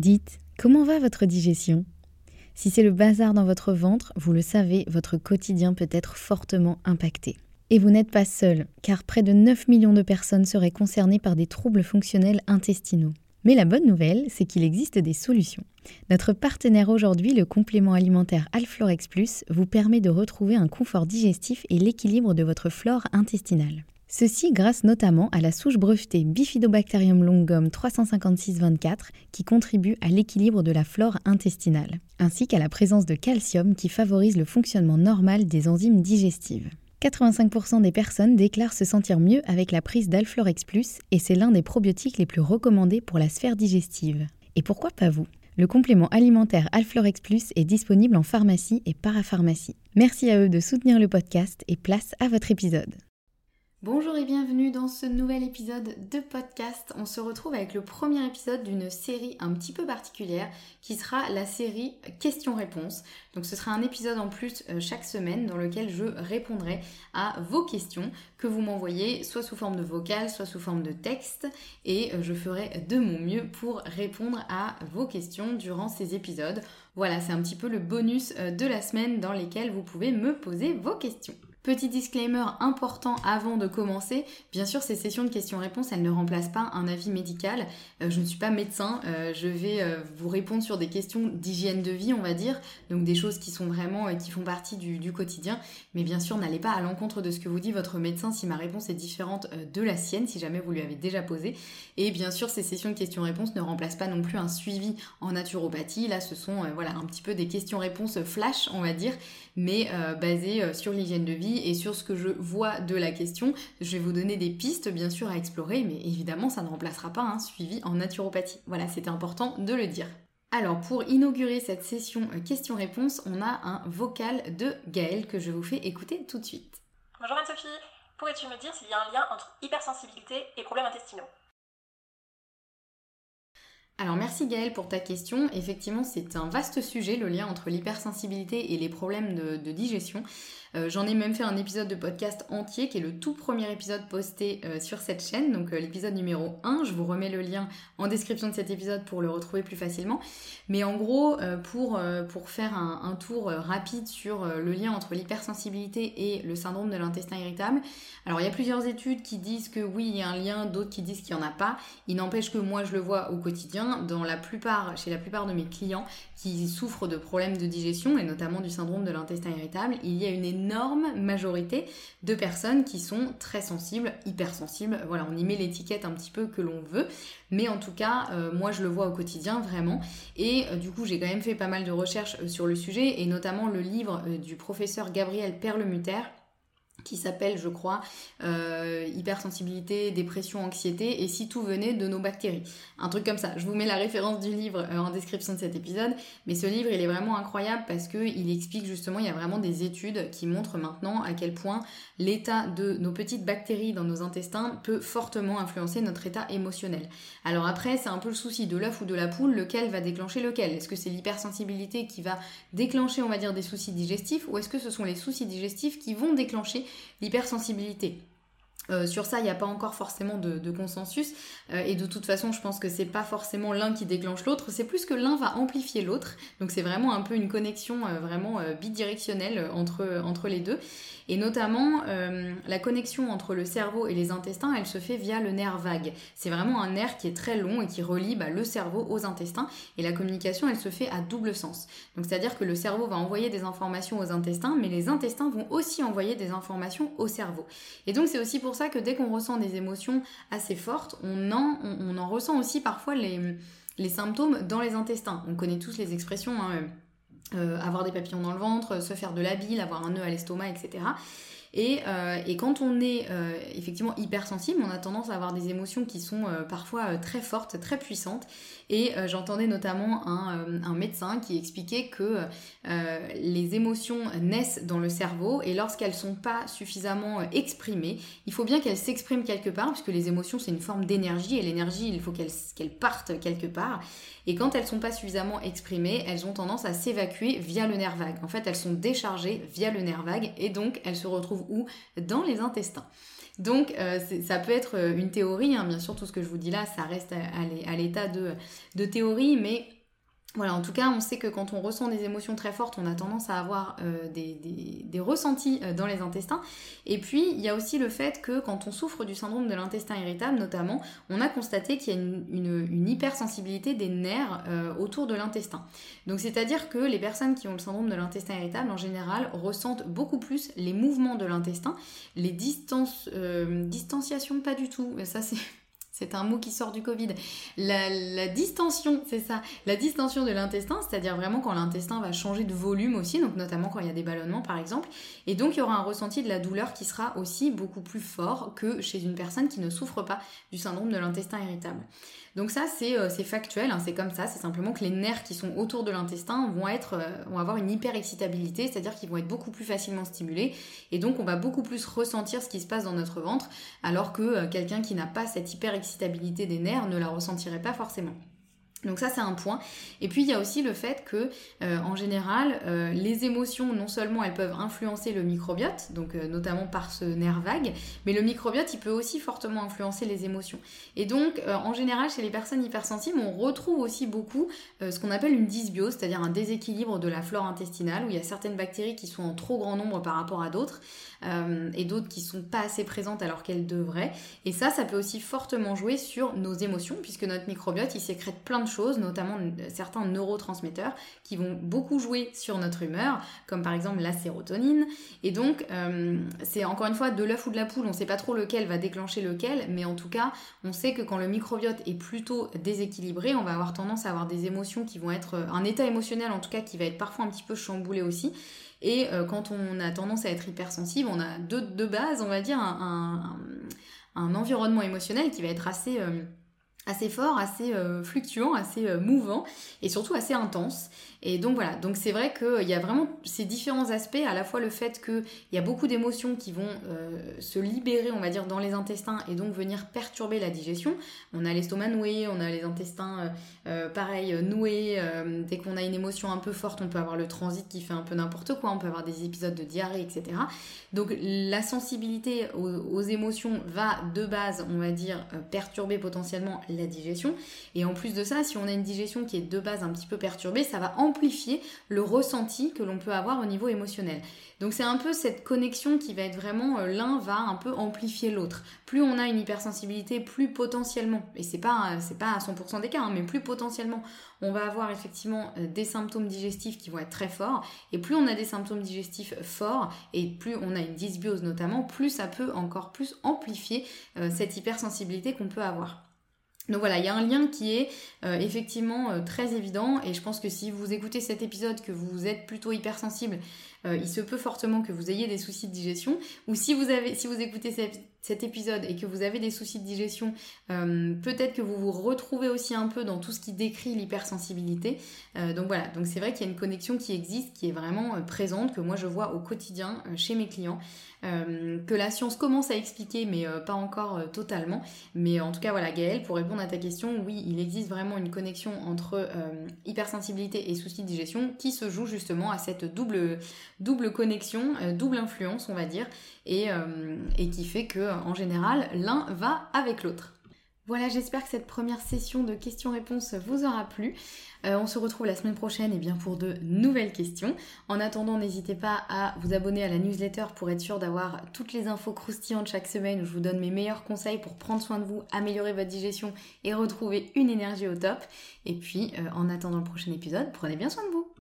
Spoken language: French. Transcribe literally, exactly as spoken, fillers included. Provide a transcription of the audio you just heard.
Dites, comment va votre digestion ? Si c'est le bazar dans votre ventre, vous le savez, votre quotidien peut être fortement impacté. Et vous n'êtes pas seul, car près de neuf millions de personnes seraient concernées par des troubles fonctionnels intestinaux. Mais la bonne nouvelle, c'est qu'il existe des solutions. Notre partenaire aujourd'hui, le complément alimentaire Alflorex Plus, vous permet de retrouver un confort digestif et l'équilibre de votre flore intestinale. Ceci grâce notamment à la souche brevetée Bifidobacterium longum trois cent cinquante-six vingt-quatre qui contribue à l'équilibre de la flore intestinale, ainsi qu'à la présence de calcium qui favorise le fonctionnement normal des enzymes digestives. quatre-vingt-cinq pour cent des personnes déclarent se sentir mieux avec la prise d'Alflorex Plus et c'est l'un des probiotiques les plus recommandés pour la sphère digestive. Et pourquoi pas vous ? Le complément alimentaire Alflorex Plus est disponible en pharmacie et parapharmacie. Merci à eux de soutenir le podcast et place à votre épisode. Bonjour et bienvenue dans ce nouvel épisode de podcast. On se retrouve avec le premier épisode d'une série un petit peu particulière qui sera la série questions-réponses. Donc ce sera un épisode en plus chaque semaine dans lequel je répondrai à vos questions que vous m'envoyez soit sous forme de vocal, soit sous forme de texte et je ferai de mon mieux pour répondre à vos questions durant ces épisodes. Voilà, c'est un petit peu le bonus de la semaine dans lesquels vous pouvez me poser vos questions. Petit disclaimer important avant de commencer, bien sûr ces sessions de questions-réponses elles ne remplacent pas un avis médical, euh, je ne suis pas médecin, euh, je vais euh, vous répondre sur des questions d'hygiène de vie on va dire, donc des choses qui sont vraiment, euh, qui font partie du, du quotidien, mais bien sûr n'allez pas à l'encontre de ce que vous dit votre médecin si ma réponse est différente euh, de la sienne, si jamais vous lui avez déjà posé, et bien sûr ces sessions de questions-réponses ne remplacent pas non plus un suivi en naturopathie, là ce sont euh, voilà un petit peu des questions-réponses flash on va dire, mais euh, basées euh, sur l'hygiène de vie et sur ce que je vois de la question. Je vais vous donner des pistes bien sûr à explorer, mais évidemment ça ne remplacera pas un suivi en naturopathie. Voilà, c'était important de le dire. Alors pour inaugurer cette session questions-réponses, on a un vocal de Gaëlle que je vous fais écouter tout de suite. Bonjour Anne-Sophie, pourrais-tu me dire s'il y a un lien entre hypersensibilité et problèmes intestinaux ? Alors merci Gaëlle pour ta question. Effectivement, c'est un vaste sujet, le lien entre l'hypersensibilité et les problèmes de, de digestion. Euh, j'en ai même fait un épisode de podcast entier qui est le tout premier épisode posté euh, sur cette chaîne, donc euh, l'épisode numéro un. Je vous remets le lien en description de cet épisode pour le retrouver plus facilement. Mais en gros, euh, pour, euh, pour faire un, un tour euh, rapide sur euh, le lien entre l'hypersensibilité et le syndrome de l'intestin irritable, alors il y a plusieurs études qui disent que oui, il y a un lien, d'autres qui disent qu'il n'y en a pas. Il n'empêche que moi je le vois au quotidien, dans la plupart, chez la plupart de mes clients qui souffrent de problèmes de digestion et notamment du syndrome de l'intestin irritable, il y a une énorme majorité de personnes qui sont très sensibles, hypersensibles. Voilà, on y met l'étiquette un petit peu que l'on veut, mais en tout cas, euh, moi je le vois au quotidien vraiment. Et euh, du coup, j'ai quand même fait pas mal de recherches euh, sur le sujet et notamment le livre euh, du professeur Gabriel Perlemutter qui s'appelle, je crois, euh, hypersensibilité, dépression, anxiété, et si tout venait de nos bactéries. Un truc comme ça. Je vous mets la référence du livre euh, en description de cet épisode, mais ce livre, il est vraiment incroyable parce qu'il explique justement, il y a vraiment des études qui montrent maintenant à quel point l'état de nos petites bactéries dans nos intestins peut fortement influencer notre état émotionnel. Alors après, c'est un peu le souci de l'œuf ou de la poule, lequel va déclencher lequel ? Est-ce que c'est l'hypersensibilité qui va déclencher, on va dire, des soucis digestifs, ou est-ce que ce sont les soucis digestifs qui vont déclencher l'hypersensibilité ? Euh, sur ça, il n'y a pas encore forcément de, de consensus euh, et de toute façon, je pense que c'est pas forcément l'un qui déclenche l'autre, c'est plus que l'un va amplifier l'autre. Donc c'est vraiment un peu une connexion euh, vraiment euh, bidirectionnelle entre, euh, entre les deux. Et notamment, euh, la connexion entre le cerveau et les intestins, elle se fait via le nerf vague. C'est vraiment un nerf qui est très long et qui relie bah, le cerveau aux intestins. Et la communication, elle se fait à double sens. Donc c'est-à-dire que le cerveau va envoyer des informations aux intestins, mais les intestins vont aussi envoyer des informations au cerveau. Et donc c'est aussi pour ça que dès qu'on ressent des émotions assez fortes, on en, on, on en ressent aussi parfois les, les symptômes dans les intestins. On connaît tous les expressions, hein, euh, avoir des papillons dans le ventre, se faire de la bile, avoir un nœud à l'estomac, et cetera. Et, euh, et quand on est euh, effectivement hypersensible, on a tendance à avoir des émotions qui sont euh, parfois euh, très fortes, très puissantes. Et euh, j'entendais notamment un, euh, un médecin qui expliquait que euh, les émotions naissent dans le cerveau et lorsqu'elles ne sont pas suffisamment euh, exprimées, il faut bien qu'elles s'expriment quelque part, puisque les émotions c'est une forme d'énergie et l'énergie il faut qu'elle, qu'elle parte quelque part. Et quand elles ne sont pas suffisamment exprimées, elles ont tendance à s'évacuer via le nerf vague. En fait, elles sont déchargées via le nerf vague et donc elles se retrouvent où ? Dans les intestins. Donc euh, ça peut être une théorie, hein. Bien sûr tout ce que je vous dis là, ça reste à, à l'état de, de théorie, mais voilà, en tout cas, on sait que quand on ressent des émotions très fortes, on a tendance à avoir euh, des, des, des ressentis euh, dans les intestins. Et puis, il y a aussi le fait que quand on souffre du syndrome de l'intestin irritable, notamment, on a constaté qu'il y a une, une, une hypersensibilité des nerfs euh, autour de l'intestin. Donc, c'est-à-dire que les personnes qui ont le syndrome de l'intestin irritable, en général, ressentent beaucoup plus les mouvements de l'intestin, les distances, euh, distanciations, pas du tout, ça c'est... C'est un mot qui sort du Covid. La, la distension, c'est ça. La distension de l'intestin, c'est-à-dire vraiment quand l'intestin va changer de volume aussi, donc notamment quand il y a des ballonnements par exemple. Et donc il y aura un ressenti de la douleur qui sera aussi beaucoup plus fort que chez une personne qui ne souffre pas du syndrome de l'intestin irritable. Donc ça, c'est, euh, c'est factuel, hein, c'est comme ça, c'est simplement que les nerfs qui sont autour de l'intestin vont, être, euh, vont avoir une hyper-excitabilité, c'est-à-dire qu'ils vont être beaucoup plus facilement stimulés, et donc on va beaucoup plus ressentir ce qui se passe dans notre ventre, alors que euh, quelqu'un qui n'a pas cette hyper-excitabilité des nerfs ne la ressentirait pas forcément. Donc ça c'est un point. Et puis il y a aussi le fait que euh, en général euh, les émotions non seulement elles peuvent influencer le microbiote, donc euh, notamment par ce nerf vague, mais le microbiote il peut aussi fortement influencer les émotions. Et donc euh, en général chez les personnes hypersensibles on retrouve aussi beaucoup euh, ce qu'on appelle une dysbiose, c'est-à-dire un déséquilibre de la flore intestinale où il y a certaines bactéries qui sont en trop grand nombre par rapport à d'autres euh, et d'autres qui sont pas assez présentes alors qu'elles devraient. Et ça ça peut aussi fortement jouer sur nos émotions puisque notre microbiote il sécrète plein de choses, notamment certains neurotransmetteurs qui vont beaucoup jouer sur notre humeur, comme par exemple la sérotonine. Et donc, euh, c'est encore une fois de l'œuf ou de la poule, on ne sait pas trop lequel va déclencher lequel, mais en tout cas, on sait que quand le microbiote est plutôt déséquilibré, on va avoir tendance à avoir des émotions qui vont être, un état émotionnel en tout cas qui va être parfois un petit peu chamboulé aussi. Et euh, quand on a tendance à être hypersensible, on a de, de base, on va dire, un, un, un environnement émotionnel qui va être assez... Euh, assez fort, assez euh, fluctuant, assez euh, mouvant et surtout assez intense. Et donc voilà, donc c'est vrai qu'il y a vraiment ces différents aspects, à la fois le fait qu'il y a beaucoup d'émotions qui vont euh, se libérer, on va dire, dans les intestins et donc venir perturber la digestion. On a l'estomac noué, on a les intestins euh, euh, pareil noués, euh, dès qu'on a une émotion un peu forte, on peut avoir le transit qui fait un peu n'importe quoi, on peut avoir des épisodes de diarrhée, et cetera. Donc la sensibilité aux, aux émotions va de base, on va dire, euh, perturber potentiellement la digestion. Et en plus de ça, si on a une digestion qui est de base un petit peu perturbée, ça va amplifier le ressenti que l'on peut avoir au niveau émotionnel. Donc c'est un peu cette connexion qui va être vraiment, euh, l'un va un peu amplifier l'autre. Plus on a une hypersensibilité, plus potentiellement, et c'est pas, c'est pas à cent pour cent des cas, hein, mais plus potentiellement, on va avoir effectivement euh, des symptômes digestifs qui vont être très forts, et plus on a des symptômes digestifs forts, et plus on a une dysbiose notamment, plus ça peut encore plus amplifier euh, cette hypersensibilité qu'on peut avoir. Donc voilà, il y a un lien qui est euh, effectivement euh, très évident et je pense que si vous écoutez cet épisode, que vous êtes plutôt hypersensible, euh, il se peut fortement que vous ayez des soucis de digestion, ou si vous avez, si vous écoutez cette, cet épisode et que vous avez des soucis de digestion, euh, peut-être que vous vous retrouvez aussi un peu dans tout ce qui décrit l'hypersensibilité. Euh, donc voilà, donc c'est vrai qu'il y a une connexion qui existe, qui est vraiment euh, présente, que moi je vois au quotidien euh, chez mes clients, euh, que la science commence à expliquer, mais euh, pas encore euh, totalement. Mais en tout cas voilà, Gaëlle, pour répondre à ta question, oui, il existe vraiment une connexion entre euh, hypersensibilité et soucis de digestion qui se joue justement à cette double, double connexion, euh, double influence on va dire, et, euh, et qui fait que en général l'un va avec l'autre. Voilà, j'espère que cette première session de questions-réponses vous aura plu. Euh, on se retrouve la semaine prochaine et bien pour de nouvelles questions. En attendant, n'hésitez pas à vous abonner à la newsletter pour être sûr d'avoir toutes les infos croustillantes chaque semaine où je vous donne mes meilleurs conseils pour prendre soin de vous, améliorer votre digestion et retrouver une énergie au top. Et puis, euh, en attendant le prochain épisode, prenez bien soin de vous.